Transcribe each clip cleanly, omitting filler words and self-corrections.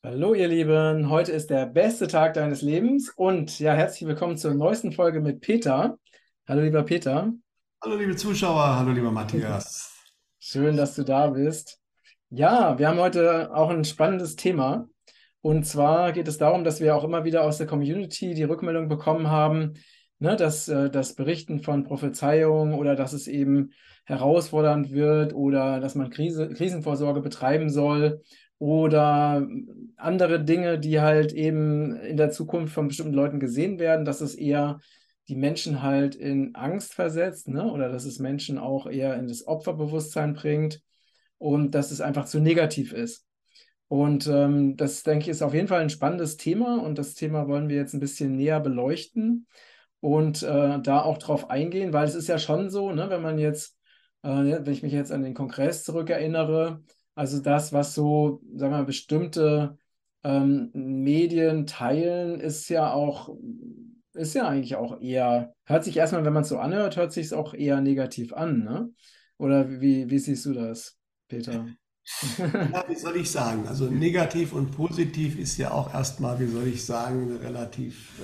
Hallo ihr Lieben, heute ist der beste Tag deines Lebens und ja, herzlich willkommen zur neuesten Folge mit Peter. Hallo lieber Peter, Hallo liebe Zuschauer, hallo lieber Matthias. schön, dass du da bist. Ja, wir haben heute auch ein spannendes Thema und zwar geht es darum, dass wir auch immer wieder aus der Community die Rückmeldung bekommen haben, ne, dass das Berichten von Prophezeiungen oder dass es eben herausfordernd wird oder dass man Krisenvorsorge betreiben soll oder andere Dinge, die halt eben in der Zukunft von bestimmten Leuten gesehen werden, dass es eher die Menschen halt in Angst versetzt, ne, oder dass es Menschen auch eher in das Opferbewusstsein bringt und dass es einfach zu negativ ist. Und das, denke ich, ist auf jeden Fall ein spannendes Thema und das Thema wollen wir jetzt ein bisschen näher beleuchten und da auch drauf eingehen, weil es ist ja schon so, ne, wenn man jetzt, ja, wenn ich mich jetzt an den Kongress zurückerinnere, also das, was so, sagen wir mal, bestimmte Medien teilen, ist ja eigentlich auch eher, hört sich erstmal, wenn man es so anhört, hört sich es auch eher negativ an, ne? Oder wie siehst du das, Peter? Ja, wie soll ich sagen? Also negativ und positiv ist ja auch erstmal, wie soll ich sagen, eine relativ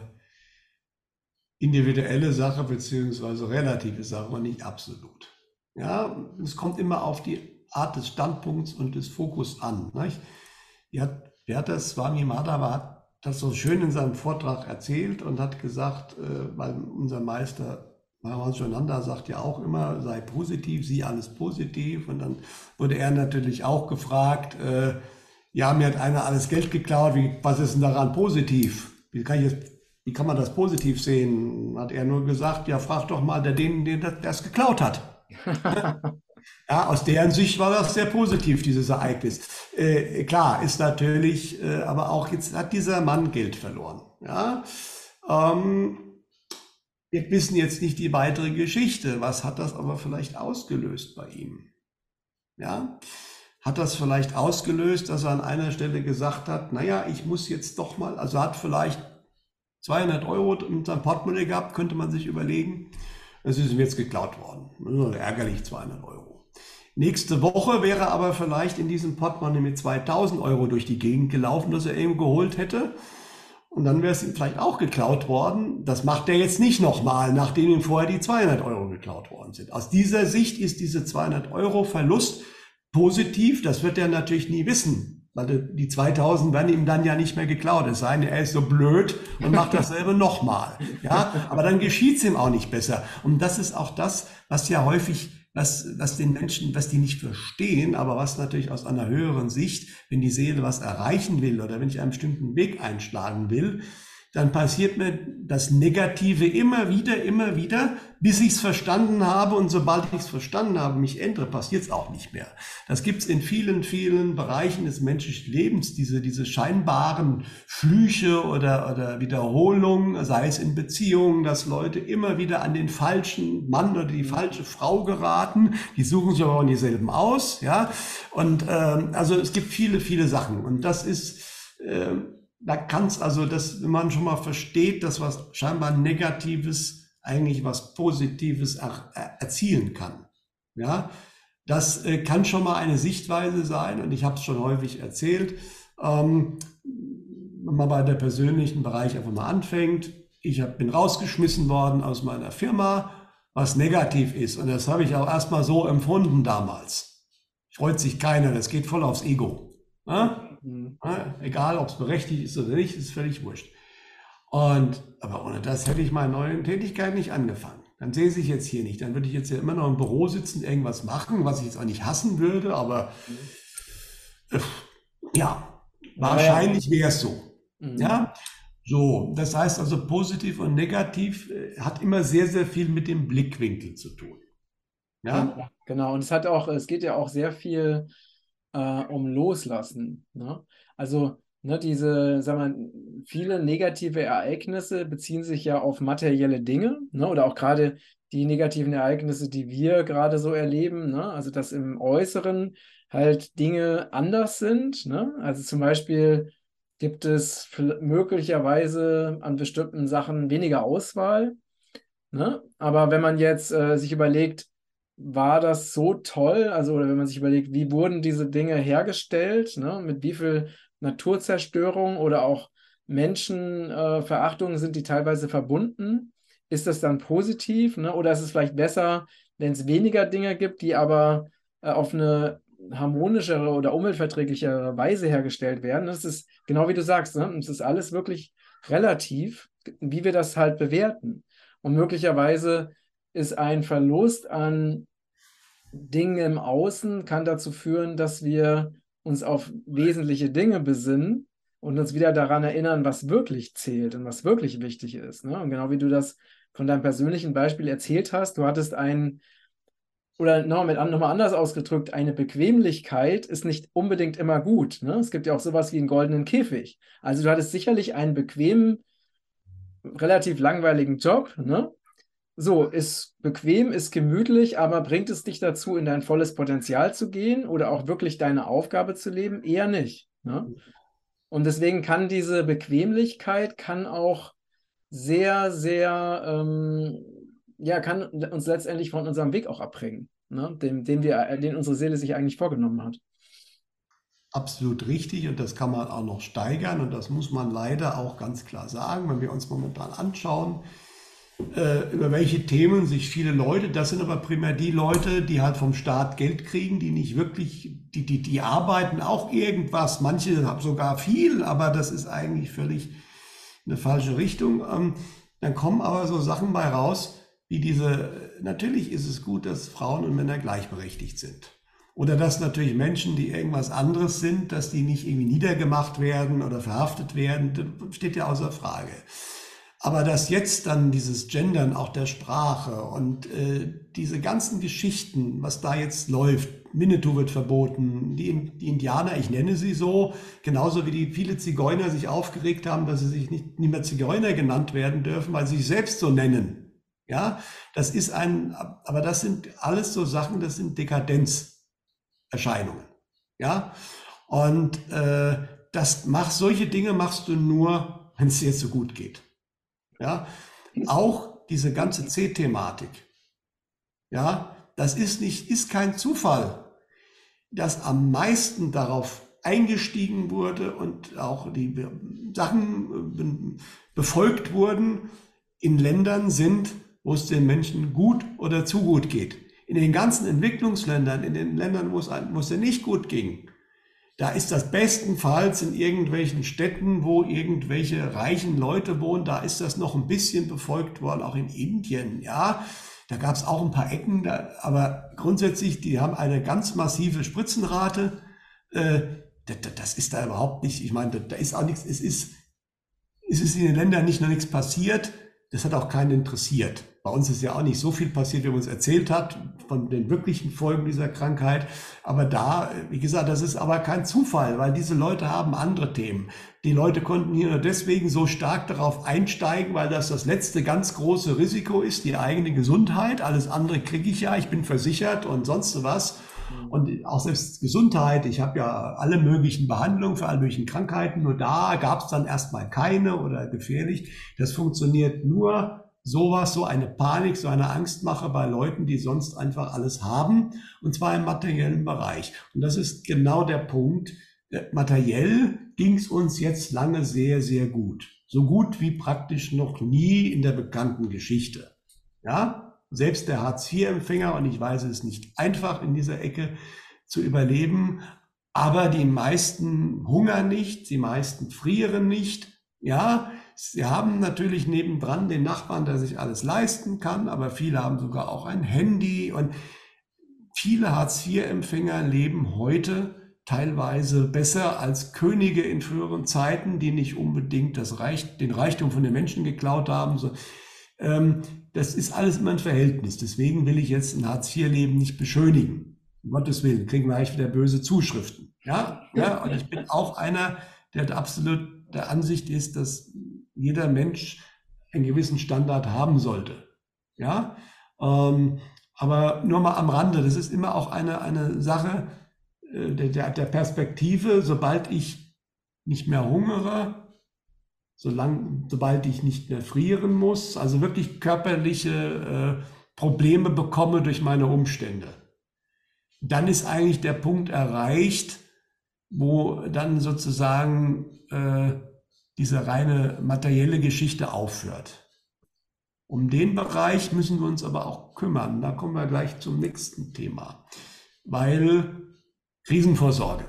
individuelle Sache beziehungsweise relative Sache und nicht absolut. Ja, es kommt immer auf die Art des Standpunkts und des Fokus an. Nicht? Wer hat das, Swami Madhava hat das so schön in seinem Vortrag erzählt und hat gesagt, weil unser Meister Maharajananda sagt ja auch immer, sei positiv, sieh alles positiv. Und dann wurde er natürlich auch gefragt, ja, mir hat einer alles Geld geklaut, was ist denn daran positiv? Wie kann man das positiv sehen? Hat er nur gesagt, ja, frag doch mal der es geklaut hat. Ja, aus deren Sicht war das sehr positiv, dieses Ereignis. Klar, ist natürlich, aber auch jetzt hat dieser Mann Geld verloren. Ja, ähm, wir wissen jetzt nicht die weitere Geschichte. Was hat das aber vielleicht ausgelöst bei ihm? Ja, hat das vielleicht ausgelöst, dass er an einer Stelle gesagt hat, naja, ich muss jetzt doch mal, also hat vielleicht 200 Euro in seinem Portemonnaie gehabt, könnte man sich überlegen. Das ist ihm jetzt geklaut worden. Ärgerlich 200 Euro. Nächste Woche wäre aber vielleicht in diesem Portemonnaie mit 2000 Euro durch die Gegend gelaufen, das er eben geholt hätte. Und dann wäre es ihm vielleicht auch geklaut worden. Das macht er jetzt nicht nochmal, nachdem ihm vorher die 200 Euro geklaut worden sind. Aus dieser Sicht ist diese 200 Euro Verlust positiv. Das wird er natürlich nie wissen, weil die 2000 werden ihm dann ja nicht mehr geklaut. Es sei denn, er ist so blöd und macht dasselbe nochmal. Ja, aber dann geschieht es ihm auch nicht besser. Und das ist auch das, was ja häufig was den Menschen, was die nicht verstehen, aber was natürlich aus einer höheren Sicht, wenn die Seele was erreichen will oder wenn ich einen bestimmten Weg einschlagen will, dann passiert mir das Negative immer wieder, bis ich es verstanden habe. Und sobald ich es verstanden habe, mich ändere, passiert es auch nicht mehr. Das gibt es in vielen Bereichen des menschlichen Lebens, diese scheinbaren Flüche oder Wiederholungen, sei es in Beziehungen, dass Leute immer wieder an den falschen Mann oder die falsche Frau geraten. Die suchen sich aber auch dieselben aus. Ja? Und also es gibt viele Sachen. Und das ist... da kann es also, wenn man schon mal versteht, dass was scheinbar Negatives eigentlich was Positives erzielen kann. Ja, das kann schon mal eine Sichtweise sein und ich habe es schon häufig erzählt. Wenn man bei der persönlichen Bereich einfach mal anfängt, bin rausgeschmissen worden aus meiner Firma, was negativ ist und das habe ich auch erstmal so empfunden damals. Freut sich keiner, das geht voll aufs Ego. Ja? Ja, egal, ob es berechtigt ist oder nicht, ist völlig wurscht. Aber ohne das hätte ich meine neue Tätigkeit nicht angefangen. Dann sehe ich jetzt hier nicht. Dann würde ich jetzt ja immer noch im Büro sitzen, irgendwas machen, was ich jetzt auch nicht hassen würde, aber äh, ja, Ja, ja. wahrscheinlich wäre es so. Mhm. Ja, so. Das heißt also, positiv und negativ hat immer sehr viel mit dem Blickwinkel zu tun. Genau, Ja, genau. Und es geht ja auch sehr viel um Loslassen. Ne? Also, ne, sag mal, viele negative Ereignisse beziehen sich ja auf materielle Dinge, ne? Oder auch gerade die negativen Ereignisse, die wir gerade so erleben, ne? Also, dass im Äußeren halt Dinge anders sind, ne? Also zum Beispiel gibt es möglicherweise an bestimmten Sachen weniger Auswahl, ne? Aber wenn man jetzt sich überlegt, war das so toll? Also, oder wenn man sich überlegt, wie wurden diese Dinge hergestellt, ne? Mit wie viel Naturzerstörung oder auch Menschenverachtung sind die teilweise verbunden? Ist das dann positiv, ne? Oder ist es vielleicht besser, wenn es weniger Dinge gibt, die aber auf eine harmonischere oder umweltverträglichere Weise hergestellt werden? Das ist genau wie du sagst, ne? Es ist alles wirklich relativ, wie wir das halt bewerten. Und möglicherweise ist ein Verlust an Dingen im Außen, kann dazu führen, dass wir uns auf wesentliche Dinge besinnen und uns wieder daran erinnern, was wirklich zählt und was wirklich wichtig ist. Ne? Und genau wie du das von deinem persönlichen Beispiel erzählt hast, du hattest ein, oder nochmal anders ausgedrückt, eine Bequemlichkeit ist nicht unbedingt immer gut. Ne? Es gibt ja auch sowas wie einen goldenen Käfig. Also du hattest sicherlich einen bequemen, relativ langweiligen Job, ne? So, ist bequem, ist gemütlich, aber bringt es dich dazu, in dein volles Potenzial zu gehen oder auch wirklich deine Aufgabe zu leben? Eher nicht. Ne? Und deswegen kann diese Bequemlichkeit kann auch sehr, sehr, ja, kann uns letztendlich von unserem Weg auch abbringen, ne? Den unsere Seele sich eigentlich vorgenommen hat. Absolut richtig, und das kann man auch noch steigern, und das muss man leider auch ganz klar sagen, wenn wir uns momentan anschauen, über welche Themen sich viele Leute, das sind aber primär die Leute, die halt vom Staat Geld kriegen, die nicht wirklich, die arbeiten auch irgendwas, manche haben sogar viel, aber das ist eigentlich völlig eine falsche Richtung. Dann kommen aber so Sachen bei raus, wie natürlich ist es gut, dass Frauen und Männer gleichberechtigt sind. Oder dass natürlich Menschen, die irgendwas anderes sind, dass die nicht irgendwie niedergemacht werden oder verhaftet werden, das steht ja außer Frage. Aber dass jetzt dann dieses Gendern auch der Sprache und diese ganzen Geschichten, was da jetzt läuft, Winnetou wird verboten, die Indianer, ich nenne sie so, genauso wie die viele Zigeuner sich aufgeregt haben, dass sie sich nicht mehr Zigeuner genannt werden dürfen, weil sie sich selbst so nennen. Ja, aber das sind alles so Sachen, das sind Dekadenzerscheinungen. Ja, und solche Dinge machst du nur, wenn es dir so gut geht. Ja, auch diese ganze C-Thematik, ja, das ist kein Zufall, dass am meisten darauf eingestiegen wurde und auch die Sachen befolgt wurden, in Ländern sind, wo es den Menschen gut oder zu gut geht. In den ganzen Entwicklungsländern, in den Ländern, wo es denen nicht gut ging, da ist das bestenfalls in irgendwelchen Städten, wo irgendwelche reichen Leute wohnen, da ist das noch ein bisschen befolgt worden, auch in Indien, ja. Da gab es auch ein paar Ecken, aber grundsätzlich, die haben eine ganz massive Spritzenrate. Das ist da überhaupt nicht, ich meine, da ist auch nichts, es ist in den Ländern nicht noch nichts passiert. Das hat auch keinen interessiert. Bei uns ist ja auch nicht so viel passiert, wie man uns erzählt hat, von den wirklichen Folgen dieser Krankheit. Aber da, wie gesagt, das ist aber kein Zufall, weil diese Leute haben andere Themen. Die Leute konnten hier nur deswegen so stark darauf einsteigen, weil das letzte ganz große Risiko ist, die eigene Gesundheit. Alles andere kriege ich ja, ich bin versichert und sonst was. Und auch selbst Gesundheit, ich habe ja alle möglichen Behandlungen für alle möglichen Krankheiten, nur da gab es dann erstmal keine oder gefährlich. Das funktioniert nur sowas, so eine Panik, so eine Angstmache bei Leuten, die sonst einfach alles haben, und zwar im materiellen Bereich. Und das ist genau der Punkt. Materiell ging es uns jetzt lange sehr, sehr gut. So gut wie praktisch noch nie in der bekannten Geschichte. Ja? Selbst der Hartz-IV-Empfänger, und ich weiß, es ist nicht einfach in dieser Ecke zu überleben, aber die meisten hungern nicht, die meisten frieren nicht. Ja, sie haben natürlich nebendran den Nachbarn, der sich alles leisten kann, aber viele haben sogar auch ein Handy, und viele Hartz-IV-Empfänger leben heute teilweise besser als Könige in früheren Zeiten, die nicht unbedingt den Reichtum von den Menschen geklaut haben. Das ist alles immer ein Verhältnis. Deswegen will ich jetzt ein Hartz-IV-Leben nicht beschönigen. Um Gottes Willen, kriegen wir gleich wieder böse Zuschriften. Ja, und ich bin auch einer, der absolut der Ansicht ist, dass jeder Mensch einen gewissen Standard haben sollte. Ja, aber nur mal am Rande, das ist immer auch eine Sache der Perspektive. Sobald ich nicht mehr hungere, sobald ich nicht mehr frieren muss, also wirklich körperliche Probleme bekomme durch meine Umstände. Dann ist eigentlich der Punkt erreicht, wo dann sozusagen diese reine materielle Geschichte aufhört. Um den Bereich müssen wir uns aber auch kümmern. Da kommen wir gleich zum nächsten Thema. Weil Krisenvorsorge,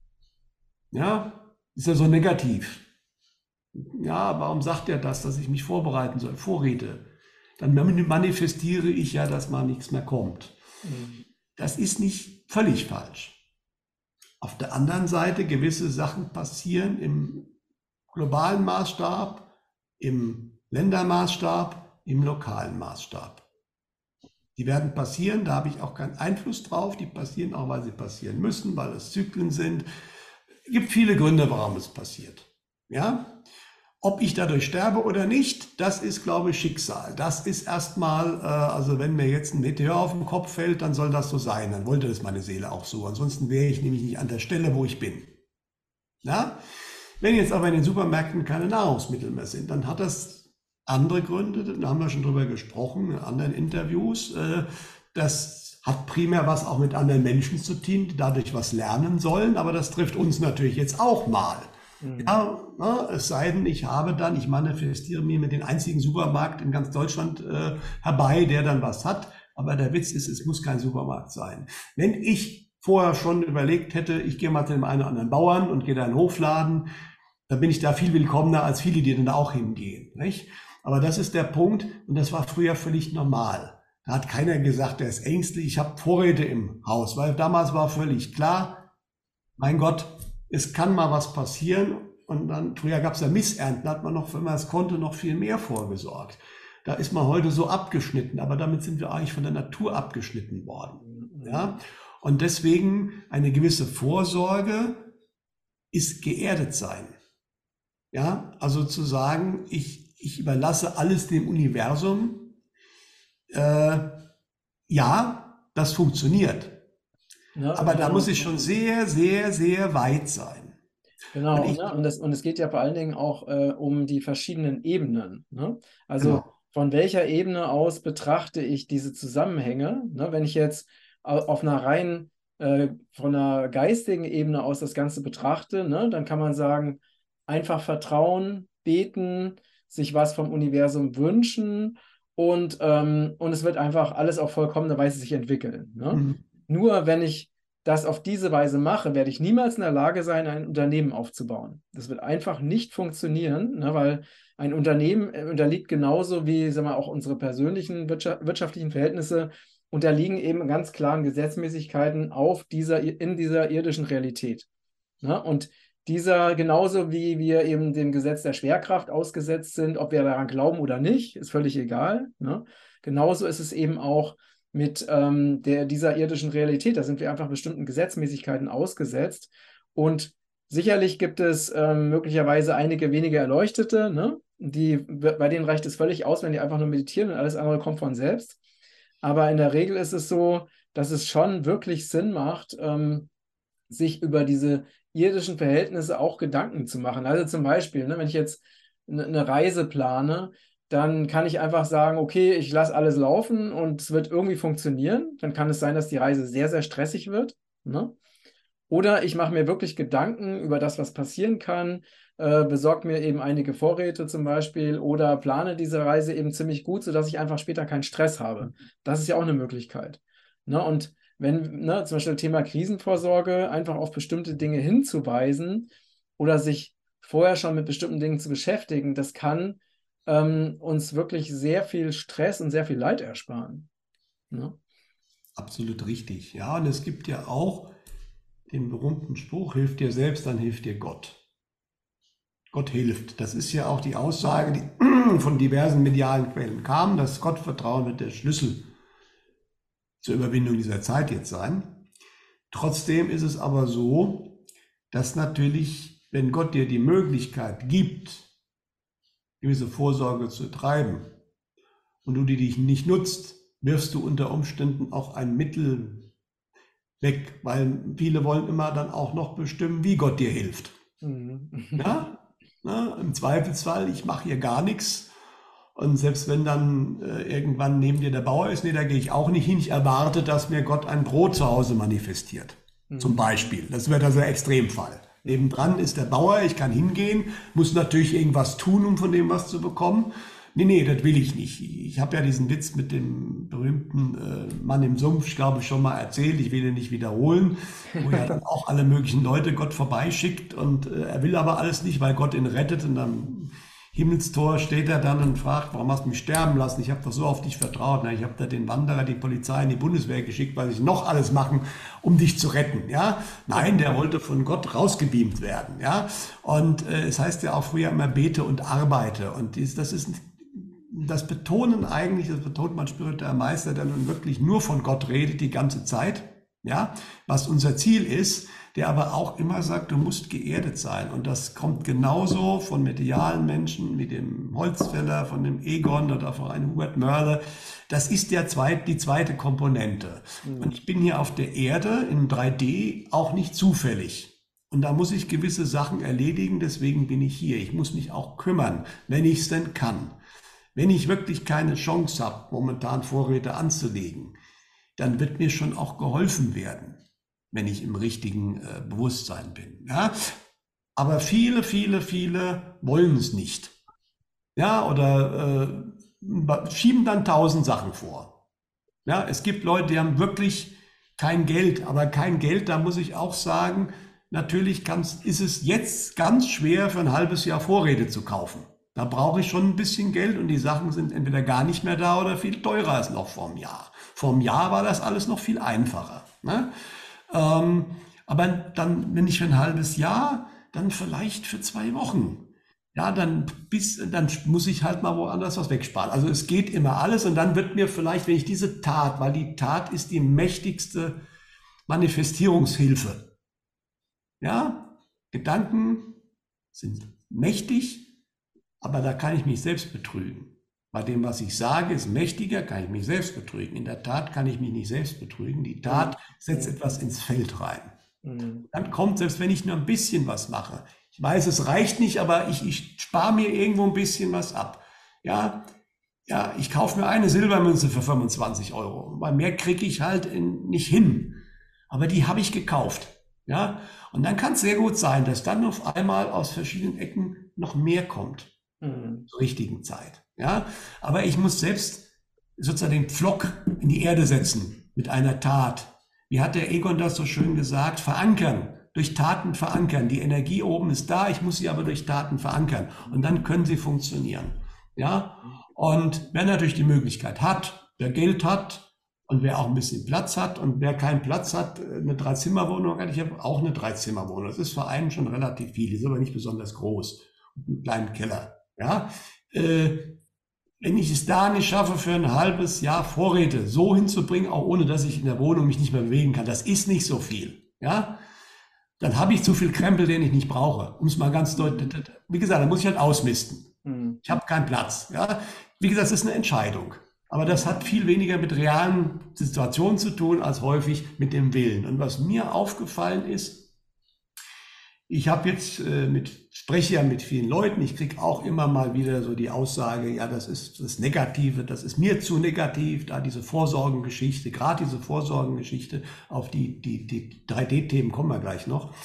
ja, ist ja so negativ. Ja, warum sagt er das, dass ich mich vorbereiten soll? Vorräte. Dann manifestiere ich ja, dass mal nichts mehr kommt. Das ist nicht völlig falsch. Auf der anderen Seite, gewisse Sachen passieren im globalen Maßstab, im Ländermaßstab, im lokalen Maßstab. Die werden passieren, da habe ich auch keinen Einfluss drauf. Die passieren auch, weil sie passieren müssen, weil es Zyklen sind. Es gibt viele Gründe, warum es passiert. Ja? Ob ich dadurch sterbe oder nicht, das ist, glaube ich, Schicksal. Das ist erstmal, also wenn mir jetzt ein Meteor auf den Kopf fällt, dann soll das so sein. Dann wollte das meine Seele auch so. Ansonsten wäre ich nämlich nicht an der Stelle, wo ich bin. Ja? Wenn jetzt aber in den Supermärkten keine Nahrungsmittel mehr sind, dann hat das andere Gründe. Da haben wir schon drüber gesprochen in anderen Interviews. Das hat primär was auch mit anderen Menschen zu tun, die dadurch was lernen sollen. Aber das trifft uns natürlich jetzt auch mal. Ja, es sei denn, ich manifestiere mir mit den einzigen Supermarkt in ganz Deutschland herbei, der dann was hat. Aber der Witz ist, es muss kein Supermarkt sein. Wenn ich vorher schon überlegt hätte, ich gehe mal zu dem einen oder anderen Bauern und gehe da in den Hofladen, dann bin ich da viel willkommener als viele, die dann da auch hingehen. Nicht? Aber das ist der Punkt und das war früher völlig normal. Da hat keiner gesagt, der ist ängstlich, ich habe Vorräte im Haus, weil damals war völlig klar, mein Gott, es kann mal was passieren und dann, früher gab es ja Missernten, da hat man noch, wenn man es konnte, noch viel mehr vorgesorgt. Da ist man heute so abgeschnitten, aber damit sind wir eigentlich von der Natur abgeschnitten worden. Ja? Und deswegen eine gewisse Vorsorge ist geerdet sein. Ja? Also zu sagen, ich überlasse alles dem Universum, ja, das funktioniert. Ja, Aber da muss ich schon sehr, sehr, sehr weit sein. genau, Und ne? Und es geht ja vor allen Dingen auch um die verschiedenen Ebenen. Ne? Also genau. von welcher Ebene aus betrachte ich diese Zusammenhänge? Ne? Wenn ich jetzt auf einer rein von einer geistigen Ebene aus das Ganze betrachte, ne? Dann kann man sagen, einfach vertrauen, beten, sich was vom Universum wünschen und es wird einfach alles auf vollkommene Weise sich entwickeln. Ne? Mhm. Nur wenn ich das auf diese Weise mache, werde ich niemals in der Lage sein, ein Unternehmen aufzubauen. Das wird einfach nicht funktionieren, ne, weil ein Unternehmen unterliegt genauso wie, sagen wir, auch unsere persönlichen wirtschaftlichen Verhältnisse unterliegen eben ganz klaren Gesetzmäßigkeiten in dieser irdischen Realität. Ne? Und dieser, genauso wie wir eben dem Gesetz der Schwerkraft ausgesetzt sind, ob wir daran glauben oder nicht, ist völlig egal. Ne? Genauso ist es eben auch mit dieser irdischen Realität. Da sind wir einfach bestimmten Gesetzmäßigkeiten ausgesetzt. Und sicherlich gibt es möglicherweise einige wenige Erleuchtete, ne? Bei denen reicht es völlig aus, wenn die einfach nur meditieren und alles andere kommt von selbst. Aber in der Regel ist es so, dass es schon wirklich Sinn macht, sich über diese irdischen Verhältnisse auch Gedanken zu machen. Also zum Beispiel, ne, wenn ich jetzt eine Reise plane, dann kann ich einfach sagen, okay, ich lasse alles laufen und es wird irgendwie funktionieren. Dann kann es sein, dass die Reise sehr, sehr stressig wird. Ne? Oder ich mache mir wirklich Gedanken über das, was passieren kann, besorge mir eben einige Vorräte zum Beispiel oder plane diese Reise eben ziemlich gut, sodass ich einfach später keinen Stress habe. Das ist ja auch eine Möglichkeit. Ne? Und wenn, ne, zum Beispiel Thema Krisenvorsorge, einfach auf bestimmte Dinge hinzuweisen oder sich vorher schon mit bestimmten Dingen zu beschäftigen, das kann uns wirklich sehr viel Stress und sehr viel Leid ersparen. Ne? Absolut richtig. Ja, und es gibt ja auch den berühmten Spruch, hilf dir selbst, dann hilft dir Gott. Gott hilft. Das ist ja auch die Aussage, die von diversen medialen Quellen kam, dass Gottvertrauen wird der Schlüssel zur Überwindung dieser Zeit jetzt sein. Trotzdem ist es aber so, dass natürlich, wenn Gott dir die Möglichkeit gibt, gewisse Vorsorge zu treiben und du die dich nicht nutzt, wirfst du unter Umständen auch ein Mittel weg, weil viele wollen immer dann auch noch bestimmen, wie Gott dir hilft. Mhm. Ja? Na, im Zweifelsfall, ich mache hier gar nichts, Und selbst wenn dann irgendwann neben dir der Bauer ist, nee, da gehe ich auch nicht hin. Ich erwarte, dass mir Gott ein Brot zu Hause manifestiert. Zum Beispiel. Das wäre also der Extremfall. Nebendran ist der Bauer, ich kann hingehen, muss natürlich irgendwas tun, um von dem was zu bekommen. Nee, das will ich nicht. Ich habe ja diesen Witz mit dem berühmten Mann im Sumpf, ich glaube, schon mal erzählt, ich will ihn nicht wiederholen, wo er dann auch alle möglichen Leute Gott vorbeischickt und er will aber alles nicht, weil Gott ihn rettet und am Himmelstor steht er dann und fragt, warum hast du mich sterben lassen? Ich habe doch so auf dich vertraut. Na, ich habe da den Wanderer, die Polizei in die Bundeswehr geschickt, weil sie noch alles machen, um dich zu retten. Ja? Nein, der wollte von Gott rausgebeamt werden. Ja? Und es heißt ja auch früher immer bete und arbeite. Und das betont mein spiritueller Meister, der nun wirklich nur von Gott redet die ganze Zeit. Ja, was unser Ziel ist, der aber auch immer sagt, du musst geerdet sein. Und das kommt genauso von medialen Menschen wie dem Holzfäller, von dem Egon oder von einem Hubert Mörle. Das ist die zweite Komponente. Und ich bin hier auf der Erde in 3D auch nicht zufällig. Und da muss ich gewisse Sachen erledigen, deswegen bin ich hier. Ich muss mich auch kümmern, wenn ich es denn kann. Wenn ich wirklich keine Chance habe, momentan Vorräte anzulegen, dann wird mir schon auch geholfen werden, wenn ich im richtigen Bewusstsein bin. Ja? Aber viele wollen es nicht. Ja, oder schieben dann 1000 Sachen vor. Ja, es gibt Leute, die haben wirklich kein Geld, aber kein Geld, da muss ich auch sagen, natürlich ist es jetzt ganz schwer, für ein halbes Jahr Vorräte zu kaufen. Da brauche ich schon ein bisschen Geld und die Sachen sind entweder gar nicht mehr da oder viel teurer als noch vor einem Jahr. Vor einem Jahr war das alles noch viel einfacher. Ne? Aber dann, wenn nicht für ein halbes Jahr, dann vielleicht für 2 Wochen. Ja, dann muss ich halt mal woanders was wegsparen. Also es geht immer alles und dann wird mir vielleicht, wenn ich diese Tat, weil die Tat ist die mächtigste Manifestierungshilfe. Ja, Gedanken sind mächtig, aber da kann ich mich selbst betrügen. Bei dem, was ich sage, ist mächtiger, kann ich mich selbst betrügen. In der Tat kann ich mich nicht selbst betrügen. Die Tat setzt etwas ins Feld rein. Dann kommt, selbst wenn ich nur ein bisschen was mache, ich weiß, es reicht nicht, aber ich spare mir irgendwo ein bisschen was ab. Ja, ich kaufe mir eine Silbermünze für 25 €, weil mehr kriege ich halt nicht hin. Aber die habe ich gekauft. Ja, und dann kann es sehr gut sein, dass dann auf einmal aus verschiedenen Ecken noch mehr kommt. Zur richtigen Zeit. Ja, aber ich muss selbst sozusagen den Pflock in die Erde setzen mit einer Tat. Wie hat der Egon das so schön gesagt? Verankern, durch Taten verankern. Die Energie oben ist da, ich muss sie aber durch Taten verankern. Und dann können sie funktionieren. Ja, und wer natürlich die Möglichkeit hat, wer Geld hat und wer auch ein bisschen Platz hat und wer keinen Platz hat, eine 3-Zimmer-Wohnung hat, ich habe auch eine 3-Zimmer-Wohnung. Das ist für einen schon relativ viel, die ist aber nicht besonders groß. Einen kleinen Keller. Ja, wenn ich es da nicht schaffe, für ein halbes Jahr Vorräte so hinzubringen, auch ohne dass ich in der Wohnung mich nicht mehr bewegen kann, das ist nicht so viel, ja, dann habe ich zu viel Krempel, den ich nicht brauche. Um es mal ganz deutlich, wie gesagt, dann muss ich halt ausmisten. Ich habe keinen Platz. Ja, wie gesagt, es ist eine Entscheidung. Aber das hat viel weniger mit realen Situationen zu tun, als häufig mit dem Willen. Und was mir aufgefallen ist, ich habe jetzt spreche ja mit vielen Leuten, ich kriege auch immer mal wieder so die Aussage, ja, das ist das Negative, das ist mir zu negativ, da diese Vorsorgengeschichte, gerade diese Vorsorgengeschichte, auf die 3D-Themen kommen wir gleich noch,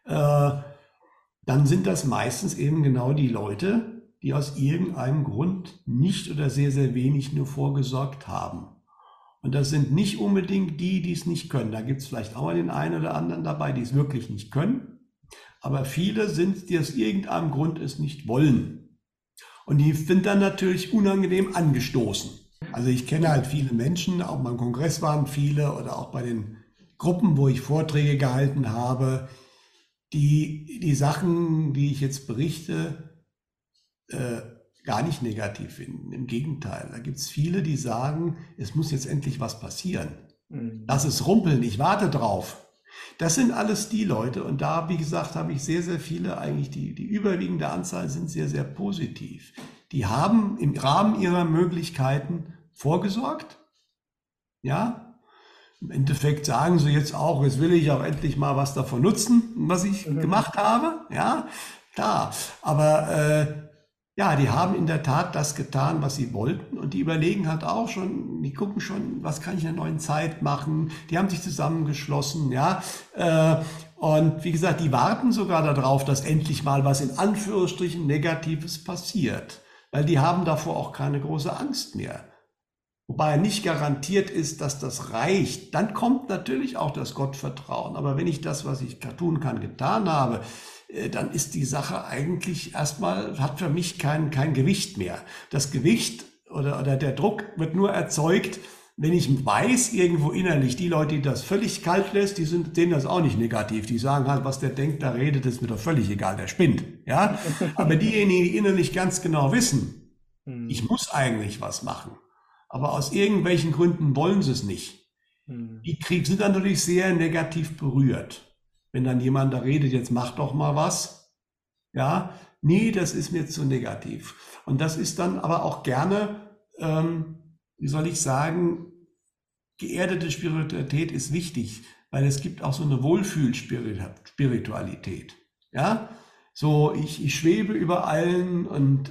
dann sind das meistens eben genau die Leute, die aus irgendeinem Grund nicht oder sehr, sehr wenig nur vorgesorgt haben. Und das sind nicht unbedingt die es nicht können. Da gibt es vielleicht auch mal den einen oder anderen dabei, die es wirklich nicht können. Aber viele sind, die aus irgendeinem Grund es nicht wollen. Und die sind dann natürlich unangenehm angestoßen. Also ich kenne halt viele Menschen, auch beim Kongress waren viele oder auch bei den Gruppen, wo ich Vorträge gehalten habe, die Sachen, die ich jetzt berichte, gar nicht negativ finden. Im Gegenteil, da gibt es viele, die sagen, es muss jetzt endlich was passieren. Lass es rumpeln, ich warte drauf. Das sind alles die Leute und da, wie gesagt, habe ich sehr, sehr viele, eigentlich die überwiegende Anzahl sind sehr, sehr positiv. Die haben im Rahmen ihrer Möglichkeiten vorgesorgt. Ja, im Endeffekt sagen sie jetzt auch, jetzt will ich auch endlich mal was davon nutzen, was ich gemacht habe. Ja, klar, aber ja, die haben in der Tat das getan, was sie wollten und die überlegen halt auch schon, die gucken schon, was kann ich in der neuen Zeit machen. Die haben sich zusammengeschlossen, ja. Und wie gesagt, die warten sogar darauf, dass endlich mal was in Anführungsstrichen Negatives passiert, weil die haben davor auch keine große Angst mehr. Wobei nicht garantiert ist, dass das reicht. Dann kommt natürlich auch das Gottvertrauen. Aber wenn ich das, was ich tun kann, getan habe, dann ist die Sache eigentlich erstmal, hat für mich kein Gewicht mehr. Das Gewicht oder der Druck wird nur erzeugt, wenn ich weiß, irgendwo innerlich, die Leute, die das völlig kalt lässt, sehen das auch nicht negativ. Die sagen halt, was der denkt, da redet, ist mir doch völlig egal, der spinnt. Ja? Aber diejenigen, die innerlich ganz genau wissen, ich Hm, muss eigentlich was machen, aber aus irgendwelchen Gründen wollen sie es nicht. hm, Die sind dann natürlich sehr negativ berührt. Wenn dann jemand da redet, jetzt mach doch mal was. Ja, nee, das ist mir zu negativ. Und das ist dann aber auch gerne, wie soll ich sagen, geerdete Spiritualität ist wichtig, weil es gibt auch so eine Wohlfühlspiritualität. Ja, so ich schwebe über allen und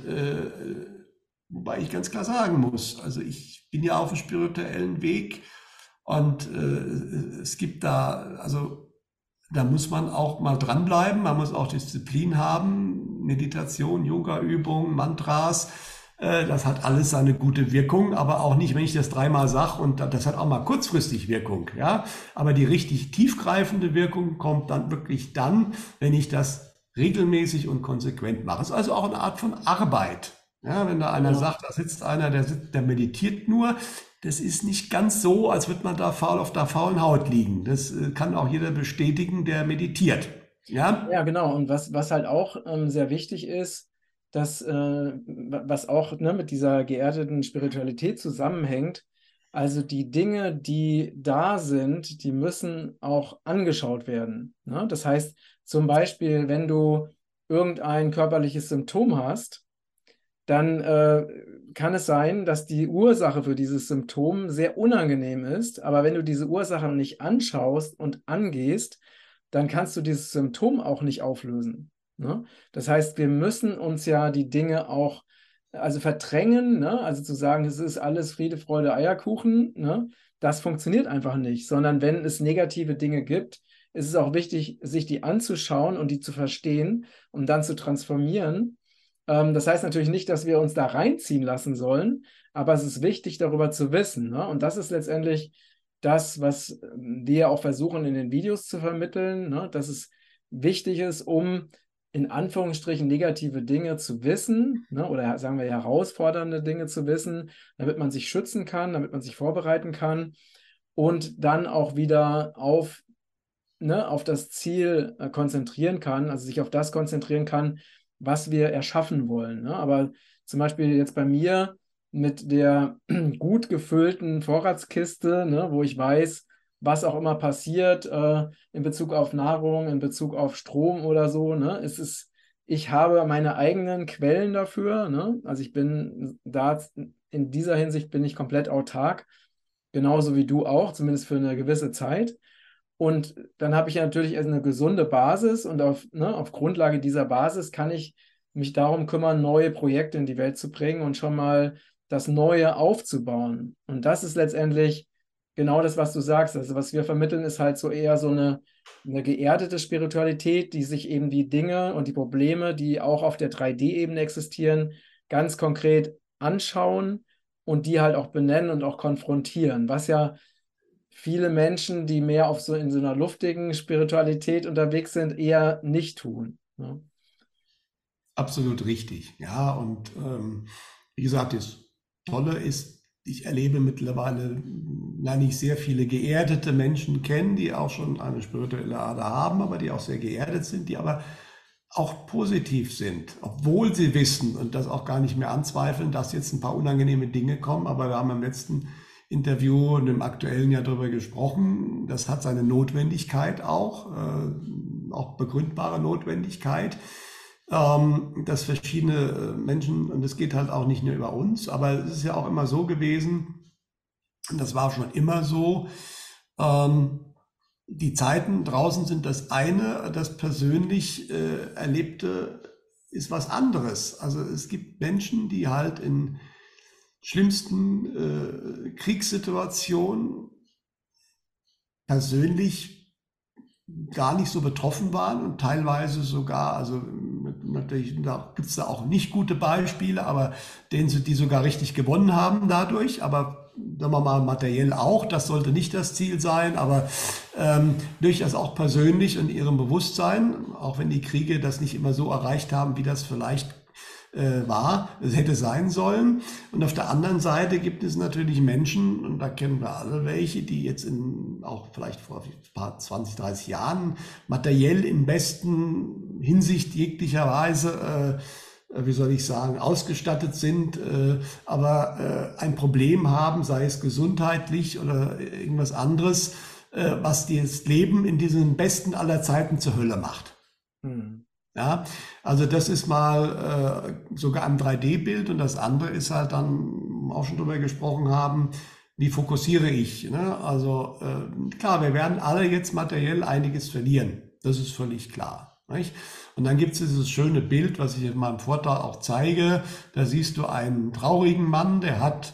wobei ich ganz klar sagen muss, also ich bin ja auf dem spirituellen Weg und es gibt da, also da muss man auch mal dranbleiben, man muss auch Disziplin haben, Meditation, Yoga-Übungen, Mantras, das hat alles seine gute Wirkung, aber auch nicht, wenn ich das dreimal sage und das hat auch mal kurzfristig Wirkung, ja. Aber die richtig tiefgreifende Wirkung kommt dann wirklich dann, wenn ich das regelmäßig und konsequent mache. Es ist also auch eine Art von Arbeit. Ja, wenn da einer genau. sagt, da sitzt einer, der meditiert nur, das ist nicht ganz so, als würde man da faul auf der faulen Haut liegen. Das kann auch jeder bestätigen, der meditiert. Ja, Ja, genau. Und was halt auch sehr wichtig ist, dass, was auch ne, mit dieser geerdeten Spiritualität zusammenhängt, also die Dinge, die da sind, die müssen auch angeschaut werden. Ne? Das heißt, zum Beispiel, wenn du irgendein körperliches Symptom hast, dann kann es sein, dass die Ursache für dieses Symptom sehr unangenehm ist. Aber wenn du diese Ursache nicht anschaust und angehst, dann kannst du dieses Symptom auch nicht auflösen. Ne? Das heißt, wir müssen uns ja die Dinge auch, also verdrängen, ne? Also zu sagen, es ist alles Friede, Freude, Eierkuchen, ne? Das funktioniert einfach nicht, sondern wenn es negative Dinge gibt, ist es auch wichtig, sich die anzuschauen und die zu verstehen, um dann zu transformieren. Das heißt natürlich nicht, dass wir uns da reinziehen lassen sollen, aber es ist wichtig, darüber zu wissen. Ne? Und das ist letztendlich das, was wir auch versuchen in den Videos zu vermitteln, ne? Dass es wichtig ist, um in Anführungsstrichen negative Dinge zu wissen, ne? Oder sagen wir herausfordernde Dinge zu wissen, damit man sich schützen kann, damit man sich vorbereiten kann und dann auch wieder auf das Ziel konzentrieren kann, also sich auf das konzentrieren kann, was wir erschaffen wollen. Ne? Aber zum Beispiel jetzt bei mir mit der gut gefüllten Vorratskiste, ne, wo ich weiß, was auch immer passiert in Bezug auf Nahrung, in Bezug auf Strom oder so, ne, ich habe meine eigenen Quellen dafür, ne? Also ich bin da, in dieser Hinsicht bin ich komplett autark, genauso wie du auch, zumindest für eine gewisse Zeit. Und dann habe ich ja natürlich eine gesunde Basis und auf Grundlage dieser Basis kann ich mich darum kümmern, neue Projekte in die Welt zu bringen und schon mal das Neue aufzubauen. Und das ist letztendlich genau das, was du sagst. Also was wir vermitteln, ist halt so eher so eine geerdete Spiritualität, die sich eben die Dinge und die Probleme, die auch auf der 3D-Ebene existieren, ganz konkret anschauen und die halt auch benennen und auch konfrontieren, was ja viele Menschen, die mehr auf so in so einer luftigen Spiritualität unterwegs sind, eher nicht tun. Ne? absolut richtig. Ja, und wie gesagt, das Tolle ist, ich erlebe mittlerweile, lerne ich sehr viele geerdete Menschen kennen, die auch schon eine spirituelle Ader haben, aber die auch sehr geerdet sind, die aber auch positiv sind, obwohl sie wissen und das auch gar nicht mehr anzweifeln, dass jetzt ein paar unangenehme Dinge kommen. Aber wir haben im letzten Interview und im aktuellen Jahr darüber gesprochen. Das hat seine Notwendigkeit auch begründbare Notwendigkeit, dass verschiedene Menschen, und das geht halt auch nicht nur über uns, aber es ist ja auch immer so gewesen, und das war schon immer so, ähm, die Zeiten draußen sind das eine, das persönlich Erlebte ist was anderes. Also es gibt Menschen, die halt in schlimmsten Kriegssituationen persönlich gar nicht so betroffen waren und teilweise sogar, also natürlich da gibt es da auch nicht gute Beispiele, aber die sogar richtig gewonnen haben dadurch, aber sagen wir mal materiell auch, das sollte nicht das Ziel sein, aber durchaus auch persönlich in ihrem Bewusstsein, auch wenn die Kriege das nicht immer so erreicht haben, wie das vielleicht es hätte sein sollen. Und auf der anderen Seite gibt es natürlich Menschen, und da kennen wir alle welche, die jetzt auch vielleicht vor ein paar 20, 30 Jahren materiell in besten Hinsicht jeglicher Weise, wie soll ich sagen, ausgestattet sind, aber ein Problem haben, sei es gesundheitlich oder irgendwas anderes, was das Leben in diesen besten aller Zeiten zur Hölle macht. Ja, also das ist mal sogar ein 3D-Bild und das andere ist halt dann, auch schon drüber gesprochen haben, wie fokussiere ich? Ne? Also klar, wir werden alle jetzt materiell einiges verlieren, das ist völlig klar. Nicht? Und dann gibt es dieses schöne Bild, was ich in meinem Vortrag auch zeige, da siehst du einen traurigen Mann, der hat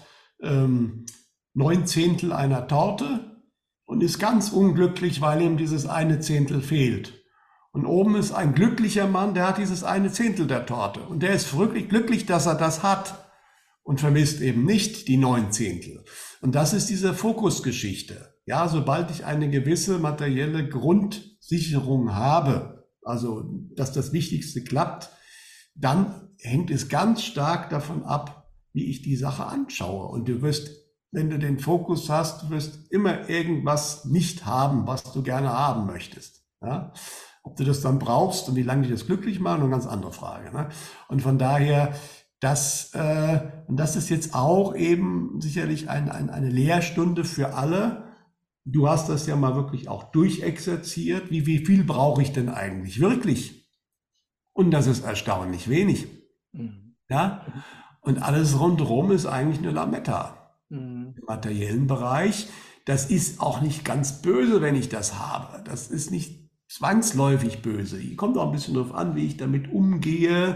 9/10 einer Torte und ist ganz unglücklich, weil ihm dieses eine Zehntel fehlt. Und oben ist ein glücklicher Mann, der hat dieses eine Zehntel der Torte. Und der ist wirklich glücklich, dass er das hat und vermisst eben nicht die 9/10. Und das ist diese Fokusgeschichte. Ja, sobald ich eine gewisse materielle Grundsicherung habe, also dass das Wichtigste klappt, dann hängt es ganz stark davon ab, wie ich die Sache anschaue. Und du wirst, wenn du den Fokus hast, du wirst immer irgendwas nicht haben, was du gerne haben möchtest. Ja? Ob du das dann brauchst und wie lange dich das glücklich macht, eine ganz andere Frage. Ne? Und von daher, das ist jetzt auch eben sicherlich eine Lehrstunde für alle. Du hast das ja mal wirklich auch durchexerziert. Wie viel brauche ich denn eigentlich wirklich? Und das ist erstaunlich wenig. Ja? Und alles rundherum ist eigentlich eine Lametta. Im materiellen Bereich. Das ist auch nicht ganz böse, wenn ich das habe. Das ist nicht zwangsläufig böse. Kommt auch ein bisschen darauf an, wie ich damit umgehe.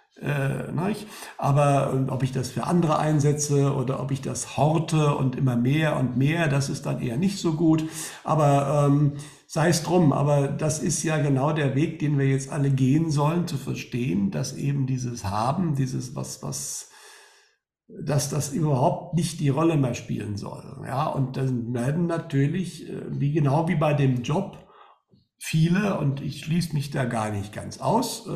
Aber ob ich das für andere einsetze oder ob ich das horte und immer mehr, das ist dann eher nicht so gut. Aber sei es drum, aber das ist ja genau der Weg, den wir jetzt alle gehen sollen, zu verstehen, dass eben dieses Haben, dieses dass das überhaupt nicht die Rolle mehr spielen soll. Ja, und dann werden natürlich, genau wie bei dem Job, viele, und ich schließe mich da gar nicht ganz aus,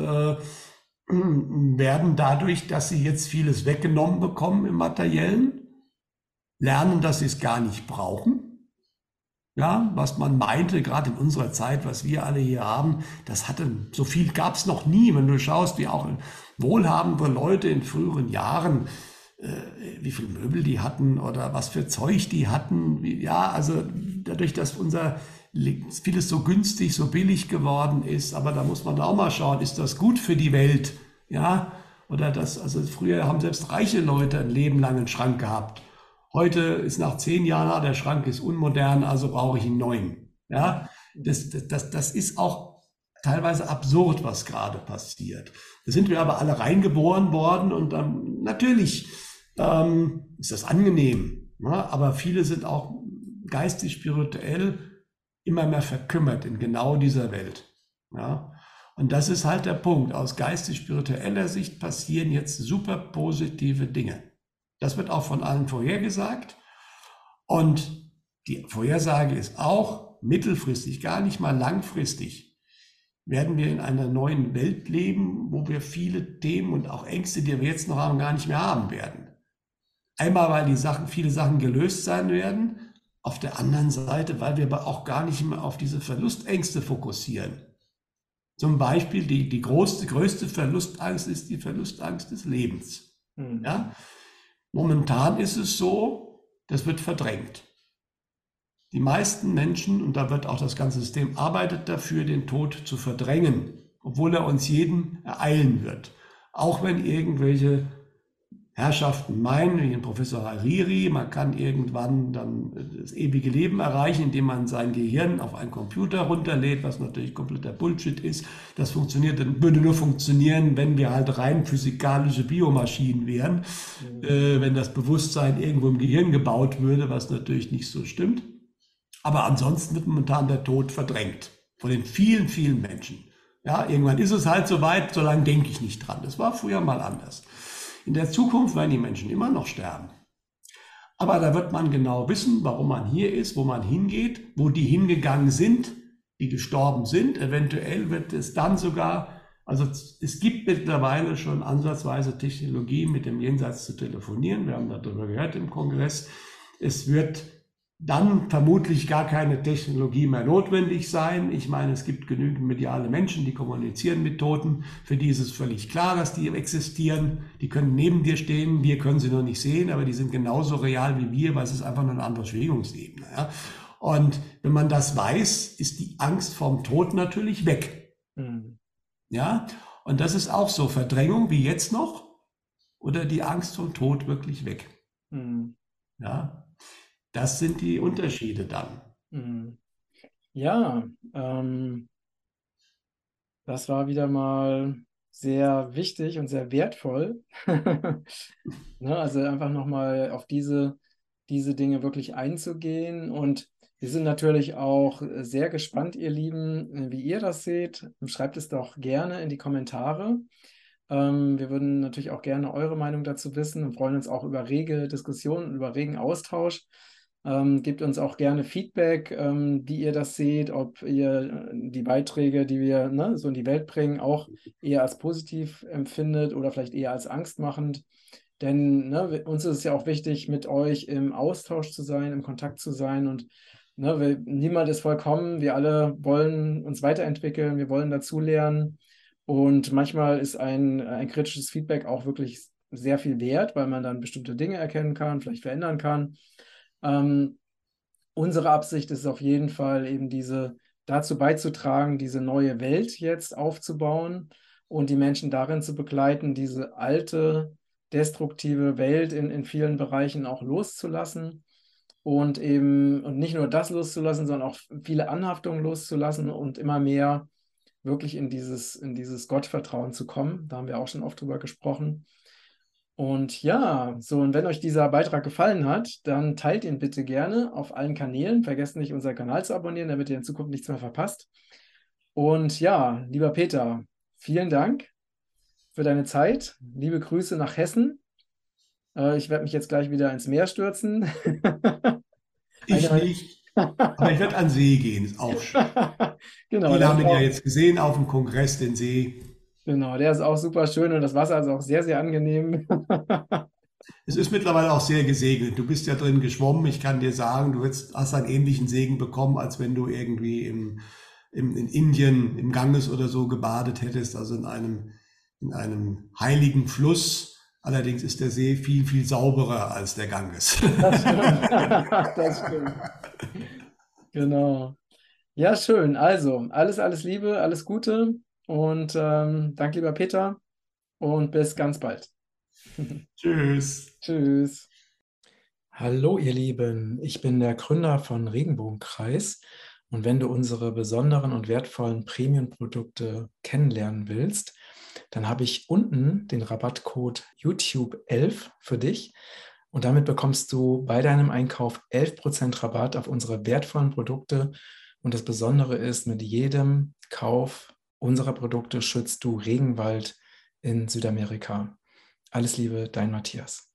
werden dadurch, dass sie jetzt vieles weggenommen bekommen im Materiellen, lernen, dass sie es gar nicht brauchen. Ja, was man meinte, gerade in unserer Zeit, was wir alle hier haben, so viel gab es noch nie. Wenn du schaust, wie auch wohlhabende Leute in früheren Jahren, wie viel Möbel die hatten oder was für Zeug die hatten. Also dadurch, dass vieles so günstig, so billig geworden ist, aber da muss man auch mal schauen, ist das gut für die Welt? Ja, also früher haben selbst reiche Leute ein Leben lang einen Schrank gehabt. Heute ist nach 10 Jahren, der Schrank ist unmodern, also brauche ich einen neuen. Ja, das ist auch teilweise absurd, was gerade passiert. Da sind wir aber alle reingeboren worden und dann natürlich ist das angenehm. Ne? Aber viele sind auch geistig, spirituell immer mehr verkümmert in genau dieser Welt. Ja? Und das ist halt der Punkt. Aus geistig-spiritueller Sicht passieren jetzt super positive Dinge. Das wird auch von allen vorhergesagt. Und die Vorhersage ist auch mittelfristig, gar nicht mal langfristig, werden wir in einer neuen Welt leben, wo wir viele Themen und auch Ängste, die wir jetzt noch haben, gar nicht mehr haben werden. Einmal, weil viele Sachen gelöst sein werden. Auf der anderen Seite, weil wir aber auch gar nicht mehr auf diese Verlustängste fokussieren. Zum Beispiel die größte Verlustangst ist die Verlustangst des Lebens. Ja? Momentan ist es so, das wird verdrängt. Die meisten Menschen, und da wird auch das ganze System, arbeitet dafür, den Tod zu verdrängen, obwohl er uns jeden ereilen wird. Auch wenn irgendwelche Herrschaften meinen, wie den Professor Hariri, man kann irgendwann dann das ewige Leben erreichen, indem man sein Gehirn auf einen Computer runterlädt, was natürlich kompletter Bullshit ist. Das würde nur funktionieren, wenn wir halt rein physikalische Biomaschinen wären, wenn das Bewusstsein irgendwo im Gehirn gebaut würde, was natürlich nicht so stimmt. Aber ansonsten wird momentan der Tod verdrängt von den vielen, vielen Menschen. Ja, irgendwann ist es halt soweit, solange denke ich nicht dran. Das war früher mal anders. In der Zukunft werden die Menschen immer noch sterben. Aber da wird man genau wissen, warum man hier ist, wo man hingeht, wo die hingegangen sind, die gestorben sind. Eventuell wird es dann sogar, also es gibt mittlerweile schon ansatzweise Technologie, mit dem Jenseits zu telefonieren. Wir haben darüber gehört im Kongress. Es wird dann vermutlich gar keine Technologie mehr notwendig sein. Ich meine, es gibt genügend mediale Menschen, die kommunizieren mit Toten. Für die ist es völlig klar, dass die existieren. Die können neben dir stehen, wir können sie noch nicht sehen, aber die sind genauso real wie wir, weil es ist einfach nur eine andere Schwingungsebene. Ja? Und wenn man das weiß, ist die Angst vorm Tod natürlich weg. Ja? Und das ist auch so, Verdrängung wie jetzt noch oder die Angst vom Tod wirklich weg. Ja? Das sind die Unterschiede dann. Ja, das war wieder mal sehr wichtig und sehr wertvoll. Ne, also einfach nochmal auf diese Dinge wirklich einzugehen. Und wir sind natürlich auch sehr gespannt, ihr Lieben, wie ihr das seht. Schreibt es doch gerne in die Kommentare. Wir würden natürlich auch gerne eure Meinung dazu wissen und freuen uns auch über rege Diskussionen, über regen Austausch. Gebt uns auch gerne Feedback, wie ihr das seht, ob ihr die Beiträge, die wir so in die Welt bringen, auch eher als positiv empfindet oder vielleicht eher als angstmachend. Denn uns ist es ja auch wichtig, mit euch im Austausch zu sein, im Kontakt zu sein. Und niemand ist vollkommen. Wir alle wollen uns weiterentwickeln, wir wollen dazulernen. Und manchmal ist ein kritisches Feedback auch wirklich sehr viel wert, weil man dann bestimmte Dinge erkennen kann, vielleicht verändern kann. Unsere Absicht ist auf jeden Fall eben dazu beizutragen, diese neue Welt jetzt aufzubauen und die Menschen darin zu begleiten, diese alte, destruktive Welt in vielen Bereichen auch loszulassen und nicht nur das loszulassen, sondern auch viele Anhaftungen loszulassen und immer mehr wirklich in dieses Gottvertrauen zu kommen. Da haben wir auch schon oft drüber gesprochen. Und ja, so, und wenn euch dieser Beitrag gefallen hat, dann teilt ihn bitte gerne auf allen Kanälen. Vergesst nicht, unseren Kanal zu abonnieren, damit ihr in Zukunft nichts mehr verpasst. Und ja, lieber Peter, vielen Dank für deine Zeit. Liebe Grüße nach Hessen. Ich werde mich jetzt gleich wieder ins Meer stürzen. Ich nicht, aber ich werde an den See gehen, ist auch schön. Genau, Viele haben den ja jetzt gesehen auf dem Kongress, den See. Genau, der ist auch super schön und das Wasser ist auch sehr, sehr angenehm. Es ist mittlerweile auch sehr gesegnet. Du bist ja drin geschwommen. Ich kann dir sagen, hast einen ähnlichen Segen bekommen, als wenn du irgendwie in Indien im Ganges oder so gebadet hättest, also in einem heiligen Fluss. Allerdings ist der See viel, viel sauberer als der Ganges. Das stimmt. Das stimmt. Genau. Ja, schön. Also, alles Liebe, alles Gute und danke, lieber Peter, und bis ganz bald. Tschüss. Tschüss. Hallo, ihr Lieben. Ich bin der Gründer von Regenbogenkreis. Und wenn du unsere besonderen und wertvollen Premium-Produkte kennenlernen willst, dann habe ich unten den Rabattcode YouTube11 für dich. Und damit bekommst du bei deinem Einkauf 11% Rabatt auf unsere wertvollen Produkte. Und das Besondere ist, mit jedem Kauf unserer Produkte schützt du Regenwald in Südamerika. Alles Liebe, dein Matthias.